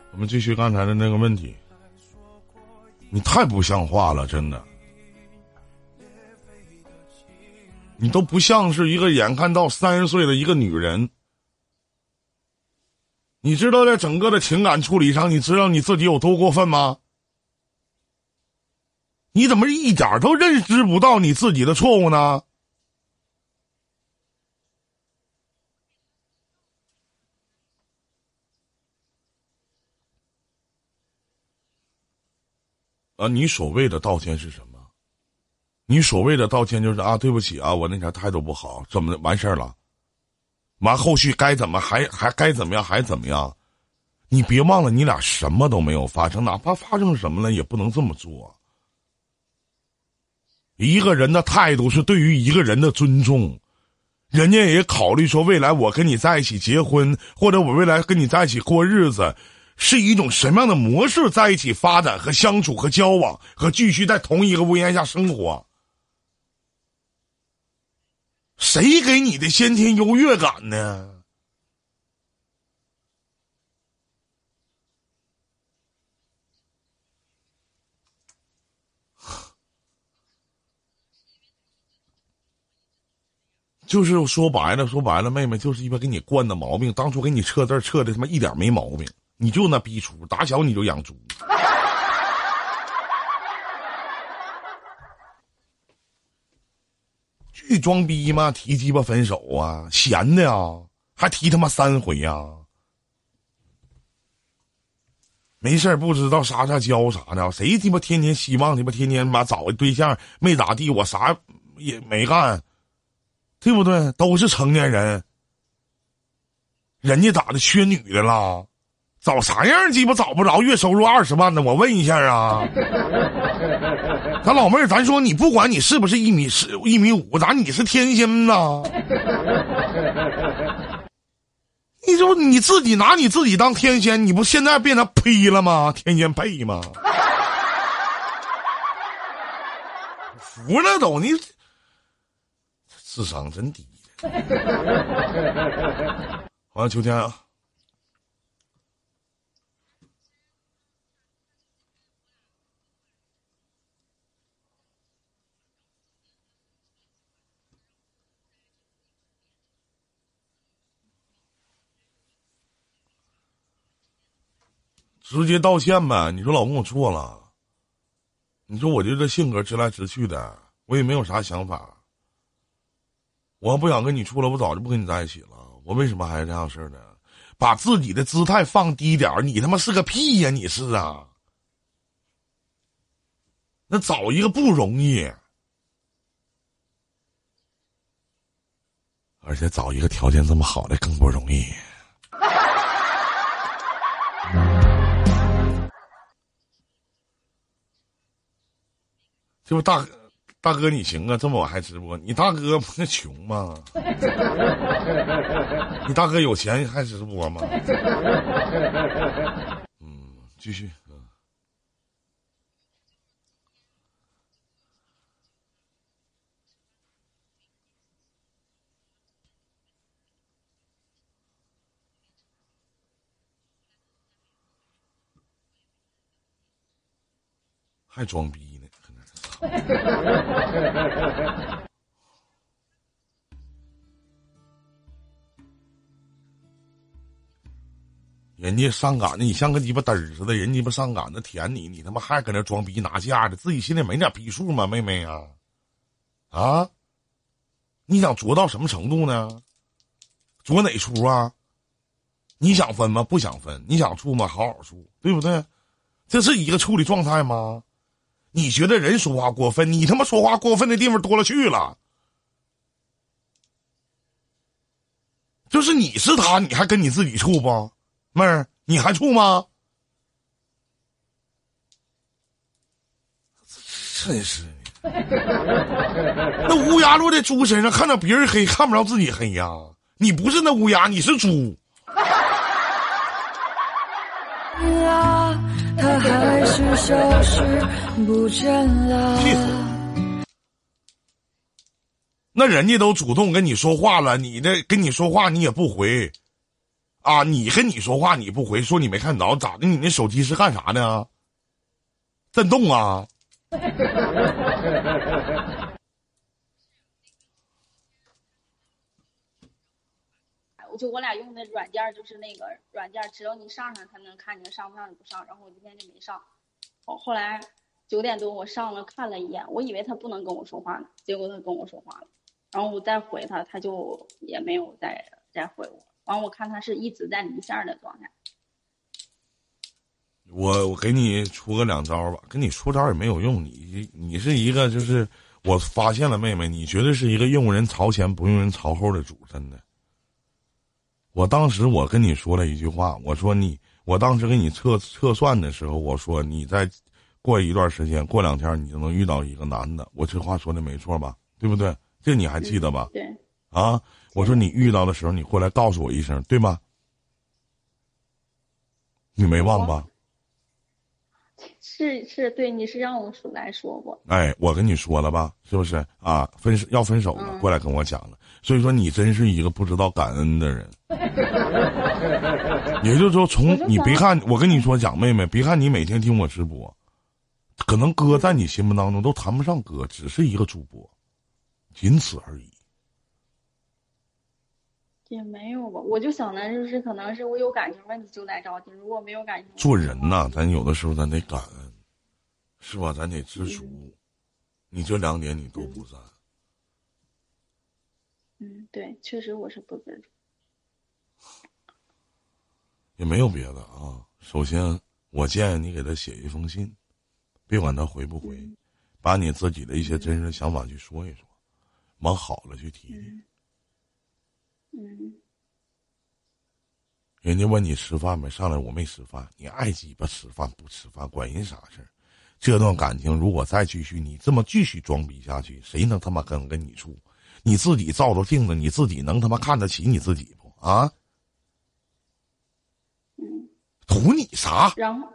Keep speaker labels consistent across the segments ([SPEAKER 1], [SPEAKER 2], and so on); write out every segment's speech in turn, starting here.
[SPEAKER 1] 我们继续刚才的那个问题。你太不像话了，真的，你都不像是一个眼看到30岁的一个女人。你知道在整个的情感处理上，你知道你自己有多过分吗？你怎么一点都认知不到你自己的错误呢？你所谓的道歉是什么？你所谓的道歉就是对不起我那啥态度不好，怎么完事儿了？完后续该怎么还该怎么样还怎么样？你别忘了，你俩什么都没有发生，哪怕发生什么了，也不能这么做。一个人的态度是对于一个人的尊重，人家也考虑说，未来我跟你在一起结婚，或者我未来跟你在一起过日子，是一种什么样的模式在一起发展和相处和交往和继续在同一个屋檐下生活。谁给你的先天优越感呢？就是说白了，妹妹就是因为给你惯的毛病，当初给你测字测的他妈一点没毛病，你就那逼出，打小你就养猪。巨装逼吗？提鸡巴分手啊，闲的呀，还提他妈3回呀。没事不知道撒娇啥的，谁鸡巴天天希望鸡巴天天把找个对象没咋地，我啥也没干，对不对？都是成年人，人家咋的缺女的了？找啥样鸡巴找不着月收入20万的？我问一下啊。咱老妹儿，咱说你不管你是不是1米4、1米5，咱你是天仙呐？你说你自己拿你自己当天仙，你不现在变成呸了吗？天仙配吗？服了都，你智商真低。好了，秋天啊。直接道歉呗，你说老公我错了，你说我就这性格直来直去的，我也没有啥想法，我要不想跟你处了，我早就不跟你在一起了，我为什么还这样事呢？把自己的姿态放低点，你他妈是个屁呀，你是啊？那找一个不容易，而且找一个条件这么好的更不容易。就大哥你行啊，这么晚还直播，你大哥不是穷吗？你大哥有钱还直播吗？继续。还装逼呢，人家上赶的，你像个鸡巴嘚儿似的，人鸡巴上赶的舔你，你他妈还搁那装逼拿架的，自己心里没点逼数吗，妹妹啊？啊？你想作到什么程度呢？作哪出啊？你想分吗？不想分。你想处吗？好好处，对不对？这是一个处理状态吗？你觉得人说话过分，你他妈说话过分的地方多了去了。就是你是他，你还跟你自己处不？妹儿，你还处吗？真是那乌鸦落在猪身上，看到别人黑，看不着自己黑呀。你不是那乌鸦，你是猪。他还是消失不见了。气死我！那人家都主动跟你说话了，你这跟你说话你也不回， 啊，你跟你说话你不回，说你没看着，咋的？你那手机是干啥呢？震动啊？
[SPEAKER 2] 我俩用的软件，就是那个软件，只有你上才能看你上不上，你不上。然后我今天就没上。后来9点多我上了，看了一眼，我以为他不能跟我说话呢，结果他跟我说话了。然后我再回他，他就也没有再回我。完了我看他是一直在离线的状态。
[SPEAKER 1] 我给你出个2招吧，跟你出招也没有用。你是一个就是我发现了，妹妹，你绝对是一个用人朝前不用人朝后的主，真的。我当时我跟你说了一句话，我当时给你测算的时候，我说你再过一段时间，过2天你就能遇到一个男的，我这话说的没错吧？对不对？这你还记得吧？
[SPEAKER 2] 对。
[SPEAKER 1] 啊，我说你遇到的时候，你过来告诉我一声，对吗？你没忘吧？
[SPEAKER 2] 是，对，你是让我来说过。
[SPEAKER 1] 哎，我跟你说了吧，是不是啊？要分手了，过来跟我讲了。所以说你真是一个不知道感恩的人。也就是说，你别看我跟你说讲，妹妹，别看你每天听我直播，可能哥在你心目当中都谈不上哥，只是一个主播，仅此而已。
[SPEAKER 2] 也没有吧，我就想的就是可能是我有感情问题就来找你，如果没有感情，
[SPEAKER 1] 做人呐，咱有的时候咱得感恩，是吧？咱得知足。你这2点你都不在。
[SPEAKER 2] 对，确实我是不知足。
[SPEAKER 1] 也没有别的啊。首先，我建议你给他写一封信，别管他回不回，把你自己的一些真实想法去说一说，往好了去提提。人家问你吃饭没，上来我没吃饭，你爱鸡巴吃饭不吃饭，管人啥事儿？这段感情如果再继续，你这么继续装逼下去，谁能他妈跟你处？你自己照照镜子，你自己能他妈看得起你自己不啊？图你啥？
[SPEAKER 2] 然后，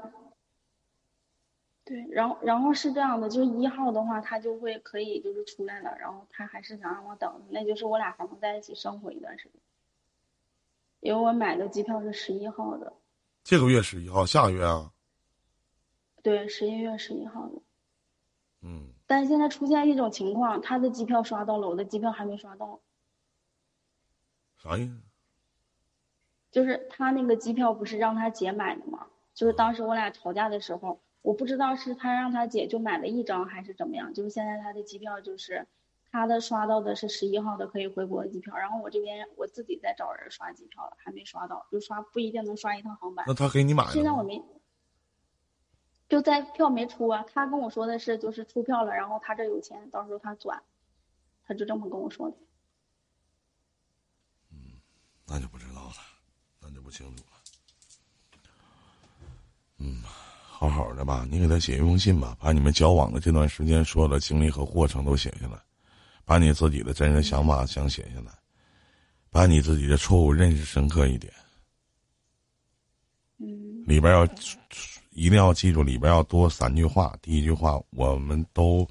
[SPEAKER 2] 对，然后是这样的，就是1号的话，他就会可以就是出来了，然后他还是想让我等，那就是我俩还能在一起生活一段时间。因为我买的机票是11号的。
[SPEAKER 1] 这个月11号，下个月啊？
[SPEAKER 2] 对，11月11号的。但是现在出现一种情况，他的机票刷到了，我的机票还没刷到。
[SPEAKER 1] 啥意思？
[SPEAKER 2] 就是他那个机票不是让他姐买的吗？就是当时我俩吵架的时候，我不知道是他让他姐就买了1张还是怎么样。就是现在他的机票就是他的刷到的是11号的可以回国的机票，然后我这边我自己在找人刷机票了，还没刷到，就刷不一定能刷一趟航班。
[SPEAKER 1] 那他给你买了吗？
[SPEAKER 2] 现在我没，就在票没出啊。他跟我说的是就是出票了，然后他这有钱，到时候他转，他就这么跟我说的。
[SPEAKER 1] 那就不知道了，那就不清楚了。好好的吧，你给他写一封信吧，把你们交往的这段时间所有的经历和过程都写下来，把你自己的真实想法想写下来，把你自己的错误认识深刻一点。里边一定要记住，里边要多3句话。第1句话，我们都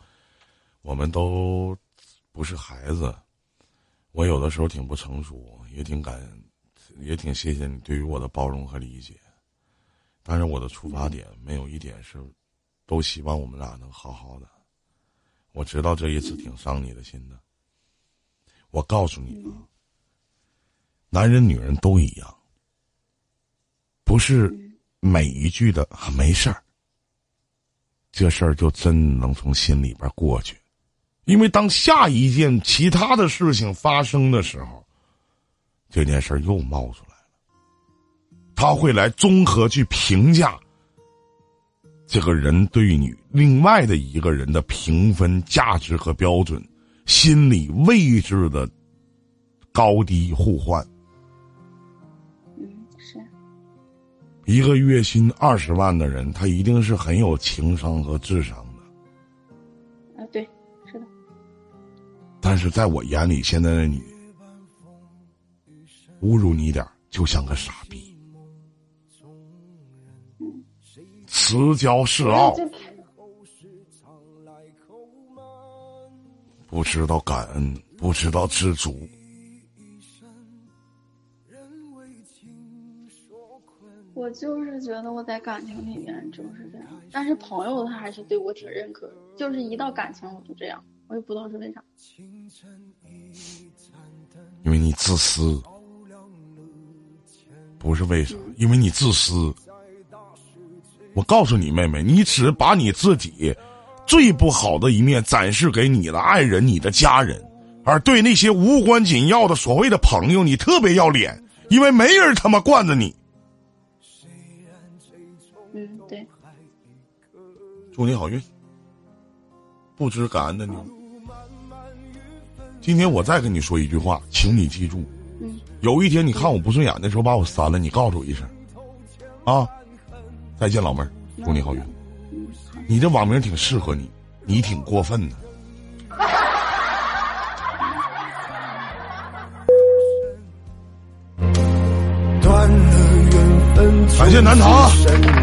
[SPEAKER 1] 不是孩子，我有的时候挺不成熟，也挺谢谢你对于我的包容和理解。但是我的出发点没有一点是，都希望我们俩能好好的。我知道这一次挺伤你的心的。我告诉你啊，男人女人都一样，不是每一句的没事儿，这事儿就真能从心里边过去。因为当下一件其他的事情发生的时候，这件事儿又冒出来了，他会来综合去评价这个人对于你另外的一个人的评分价值和标准，心理位置的高低互换。
[SPEAKER 2] 是
[SPEAKER 1] 一个月薪20万的人，他一定是很有情商和智商的。
[SPEAKER 2] 对，是的。
[SPEAKER 1] 但是在我眼里，现在的你侮辱你一点就像个傻逼，辞骄示傲，不知道感恩，不知道知足。
[SPEAKER 2] 就是觉得我在感情里面就是这样，但是朋友他还是对我挺认可的，就是一到感情我就这样，我也不知道是为啥。
[SPEAKER 1] 因为你自私，不是为啥，因为你自私。我告诉你妹妹，你只把你自己最不好的一面展示给你的爱人、你的家人，而对那些无关紧要的所谓的朋友，你特别要脸，因为没人他妈惯着你。
[SPEAKER 2] 对。
[SPEAKER 1] 祝你好运，不知感恩的你。今天我再跟你说一句话，请你记住，有一天你看我不顺眼的时候把我删了，你告诉我一声啊。再见老妹儿，祝你好运。你这网名挺适合你，你挺过分的。感谢南唐。